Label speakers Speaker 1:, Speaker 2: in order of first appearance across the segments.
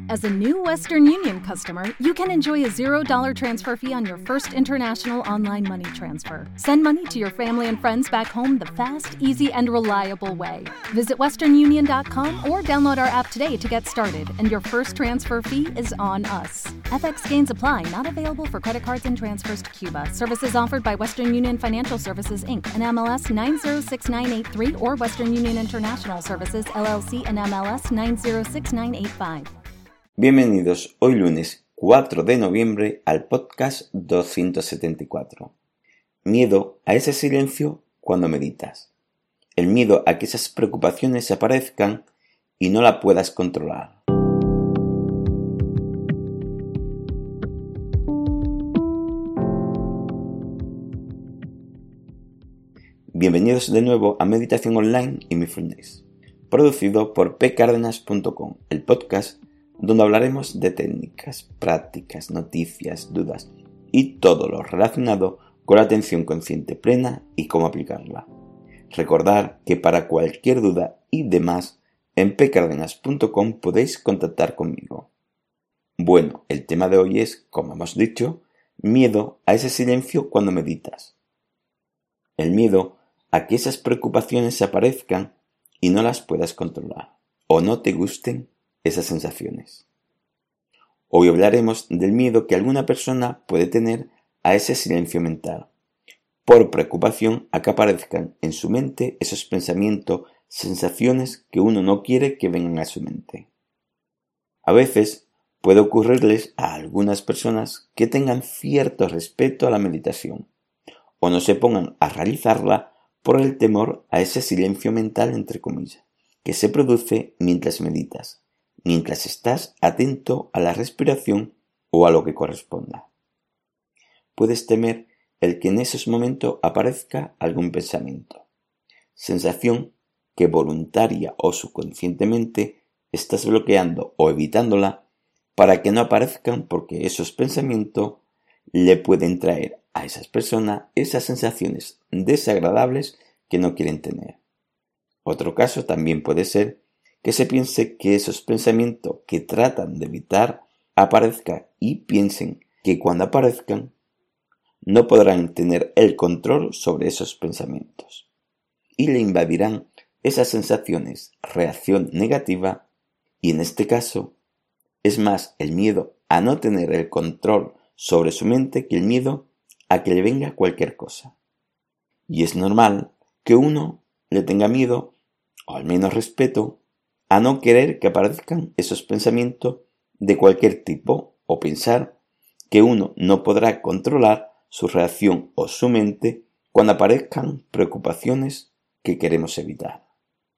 Speaker 1: As a new Western Union customer, you can enjoy a $0 transfer fee on your first international online money transfer. Send money to your family and friends back home the fast, easy, and reliable way. Visit westernunion.com or download our app today to get started, and your first transfer fee is on us. FX gains apply, not available for credit cards and transfers to Cuba. Services offered by Western Union Financial Services, Inc., and MLS 906983, or Western Union International Services, LLC, and MLS 906985.
Speaker 2: Bienvenidos hoy lunes 4 de noviembre al podcast 274. Miedo a ese silencio cuando meditas. El miedo a que esas preocupaciones aparezcan y no la puedas controlar. Bienvenidos de nuevo a Meditación Online y Mindfulness, producido por pcardenas.com, el podcast donde hablaremos de técnicas, prácticas, noticias, dudas y todo lo relacionado con la atención consciente plena y cómo aplicarla. Recordad que para cualquier duda y demás, en pcardenas.com podéis contactar conmigo. Bueno, el tema de hoy es, como hemos dicho, miedo a ese silencio cuando meditas. El miedo a que esas preocupaciones aparezcan y no las puedas controlar, o no te gusten esas sensaciones. Hoy hablaremos del miedo que alguna persona puede tener a ese silencio mental, por preocupación a que aparezcan en su mente esos pensamientos, sensaciones que uno no quiere que vengan a su mente. A veces puede ocurrirles a algunas personas que tengan cierto respeto a la meditación, o no se pongan a realizarla por el temor a ese silencio mental, entre comillas, que se produce mientras meditas, mientras estás atento a la respiración o a lo que corresponda. Puedes temer el que en esos momentos aparezca algún pensamiento, sensación que voluntaria o subconscientemente estás bloqueando o evitándola para que no aparezcan, porque esos pensamientos le pueden traer a esas personas esas sensaciones desagradables que no quieren tener. Otro caso también puede ser que se piense que esos pensamientos que tratan de evitar aparezcan y piensen que cuando aparezcan no podrán tener el control sobre esos pensamientos y le invadirán esas sensaciones, reacción negativa, y en este caso es más el miedo a no tener el control sobre su mente que el miedo a que le venga cualquier cosa. Y es normal que uno le tenga miedo, o al menos respeto, a no querer que aparezcan esos pensamientos de cualquier tipo, o pensar que uno no podrá controlar su reacción o su mente cuando aparezcan preocupaciones que queremos evitar.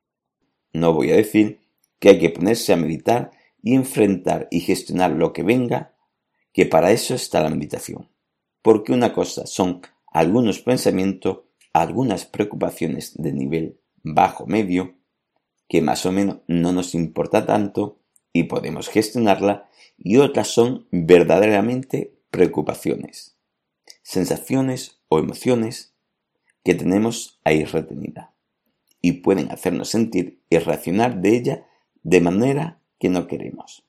Speaker 2: No voy a decir que hay que ponerse a meditar y enfrentar y gestionar lo que venga, que para eso está la meditación, porque una cosa son algunos pensamientos, algunas preocupaciones de nivel bajo-medio, que más o menos no nos importa tanto y podemos gestionarla, y otras son verdaderamente preocupaciones, sensaciones o emociones que tenemos ahí retenidas y pueden hacernos sentir y reaccionar de ella de manera que no queremos.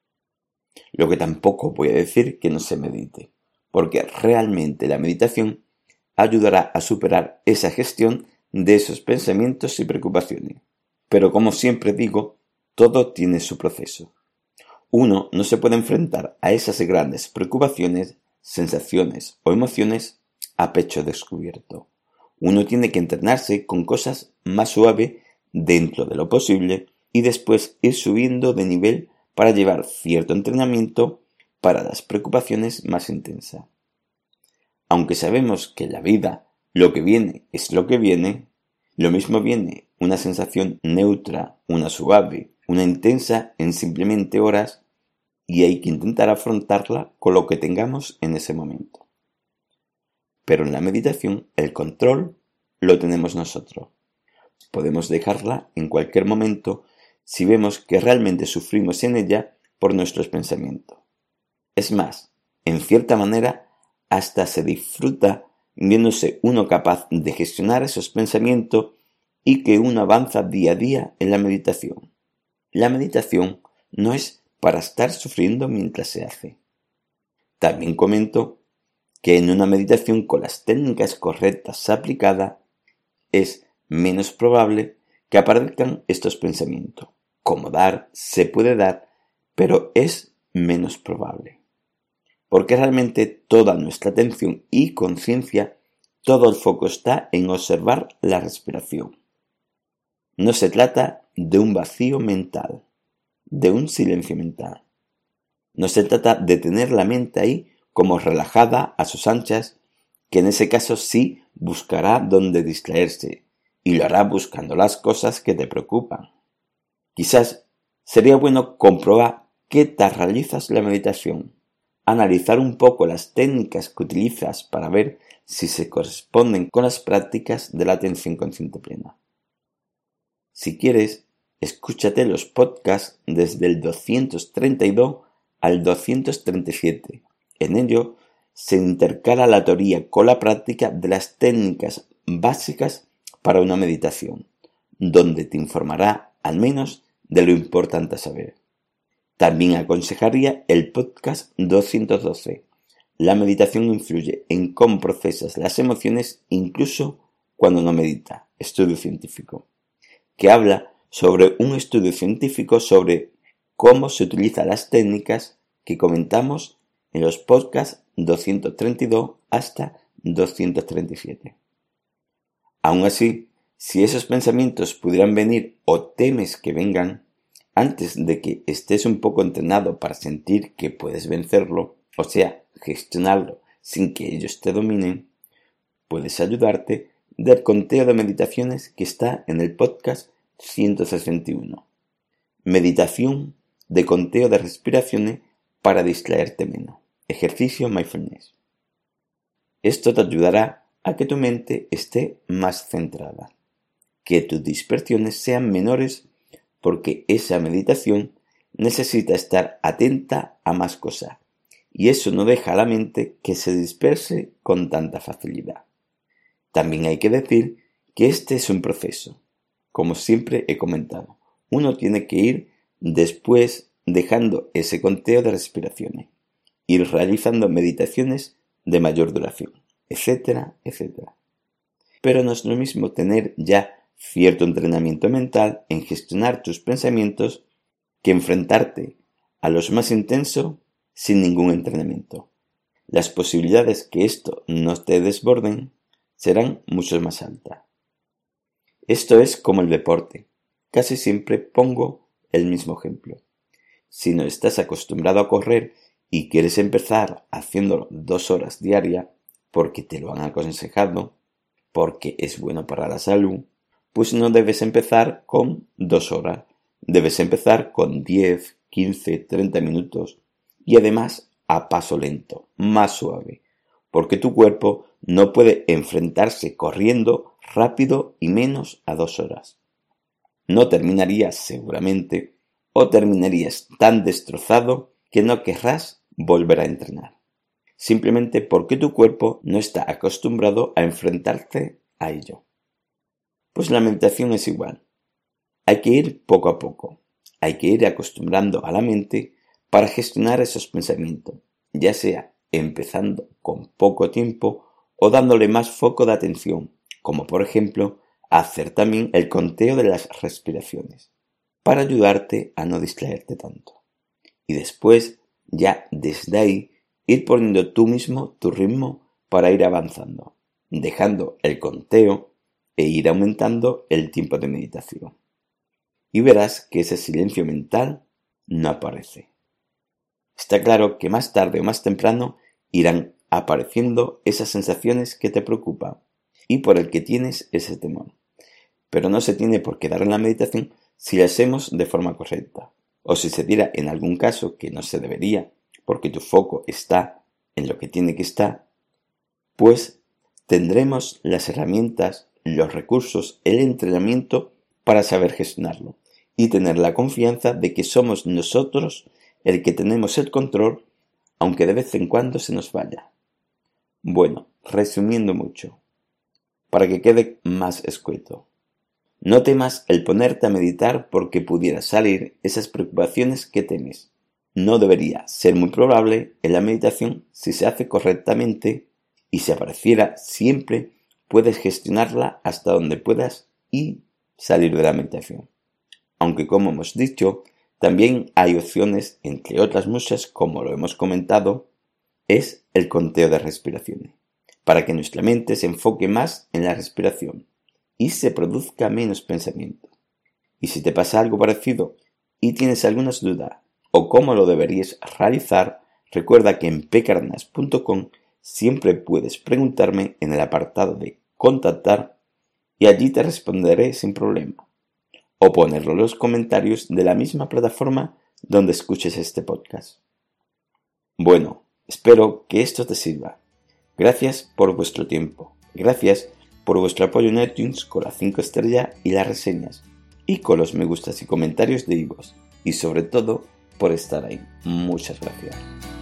Speaker 2: Lo que tampoco voy a decir que no se medite, porque realmente la meditación ayudará a superar esa gestión de esos pensamientos y preocupaciones. Pero como siempre digo, todo tiene su proceso. Uno no se puede enfrentar a esas grandes preocupaciones, sensaciones o emociones a pecho descubierto. Uno tiene que entrenarse con cosas más suaves dentro de lo posible y después ir subiendo de nivel para llevar cierto entrenamiento para las preocupaciones más intensas. Aunque sabemos que en la vida lo que viene es lo que viene, lo mismo viene una sensación neutra, una suave, una intensa en simplemente horas, y hay que intentar afrontarla con lo que tengamos en ese momento. Pero en la meditación el control lo tenemos nosotros. Podemos dejarla en cualquier momento si vemos que realmente sufrimos en ella por nuestros pensamientos. Es más, en cierta manera, hasta se disfruta viéndose uno capaz de gestionar esos pensamientos y que uno avanza día a día en la meditación. La meditación no es para estar sufriendo mientras se hace. También comento que en una meditación con las técnicas correctas aplicadas es menos probable que aparezcan estos pensamientos. Como dar, se puede dar, pero es menos probable. Porque realmente toda nuestra atención y conciencia, todo el foco está en observar la respiración. No se trata de un vacío mental, de un silencio mental. No se trata de tener la mente ahí como relajada a sus anchas, que en ese caso sí buscará dónde distraerse y lo hará buscando las cosas que te preocupan. Quizás sería bueno comprobar qué tal realizas la meditación, analizar un poco las técnicas que utilizas para ver si se corresponden con las prácticas de la atención consciente plena. Si quieres, escúchate los podcasts desde el 232 al 237. En ello se intercala la teoría con la práctica de las técnicas básicas para una meditación, donde te informará al menos de lo importante a saber. También aconsejaría el podcast 212. La meditación influye en cómo procesas las emociones incluso cuando no meditas. Estudio científico, que habla sobre un estudio científico sobre cómo se utilizan las técnicas que comentamos en los podcasts 232 hasta 237. Aún así, si esos pensamientos pudieran venir o temes que vengan, antes de que estés un poco entrenado para sentir que puedes vencerlo, o sea, gestionarlo sin que ellos te dominen, puedes ayudarte del conteo de meditaciones que está en el podcast 161. Meditación de conteo de respiraciones para distraerte menos. Ejercicio mindfulness. Esto te ayudará a que tu mente esté más centrada, que tus dispersiones sean menores, porque esa meditación necesita estar atenta a más cosas, y eso no deja a la mente que se disperse con tanta facilidad. También hay que decir que este es un proceso. Como siempre he comentado, uno tiene que ir después dejando ese conteo de respiraciones, ir realizando meditaciones de mayor duración, etcétera, etcétera. Pero no es lo mismo tener ya cierto entrenamiento mental en gestionar tus pensamientos que enfrentarte a los más intensos sin ningún entrenamiento. Las posibilidades que esto no te desborden serán mucho más altas. Esto es como el deporte. Casi siempre pongo el mismo ejemplo. Si no estás acostumbrado a correr y quieres empezar haciéndolo 2 horas diarias, porque te lo han aconsejado, porque es bueno para la salud, pues no debes empezar con 2 horas. Debes empezar con 10, 15, 30 minutos y además a paso lento, más suave, porque tu cuerpo no puede enfrentarse corriendo rápido y menos a 2 horas. No terminarías seguramente o terminarías tan destrozado que no querrás volver a entrenar. Simplemente porque tu cuerpo no está acostumbrado a enfrentarse a ello. Pues la meditación es igual. Hay que ir poco a poco. Hay que ir acostumbrando a la mente para gestionar esos pensamientos, ya sea empezando con poco tiempo o dándole más foco de atención, como por ejemplo hacer también el conteo de las respiraciones, para ayudarte a no distraerte tanto. Y después, ya desde ahí, ir poniendo tú mismo tu ritmo para ir avanzando, dejando el conteo e ir aumentando el tiempo de meditación. Y verás que ese silencio mental no aparece. Está claro que más tarde o más temprano irán apareciendo esas sensaciones que te preocupan y por el que tienes ese temor. Pero no se tiene por qué dar en la meditación si la hacemos de forma correcta. O si se diera en algún caso que no se debería, porque tu foco está en lo que tiene que estar, pues tendremos las herramientas, los recursos, el entrenamiento para saber gestionarlo y tener la confianza de que somos nosotros el que tenemos el control, aunque de vez en cuando se nos vaya. Bueno, resumiendo mucho, para que quede más escueto. No temas el ponerte a meditar porque pudiera salir esas preocupaciones que temes. no debería ser muy probable en la meditación si se hace correctamente, y si apareciera siempre puedes gestionarla hasta donde puedas y salir de la meditación. Aunque, como hemos dicho, también hay opciones, entre otras muchas, como lo hemos comentado, es el conteo de respiraciones, para que nuestra mente se enfoque más en la respiración y se produzca menos pensamiento. Y si te pasa algo parecido y tienes algunas dudas o cómo lo deberías realizar, recuerda que en pcardenas.com siempre puedes preguntarme en el apartado de contactar y allí te responderé sin problema, o ponerlo en los comentarios de la misma plataforma donde escuches este podcast. Bueno, espero que esto te sirva. Gracias por vuestro tiempo. Gracias por vuestro apoyo en iTunes con las 5 estrellas y las reseñas, y con los me gustas y comentarios de iVoox, y sobre todo por estar ahí. Muchas gracias.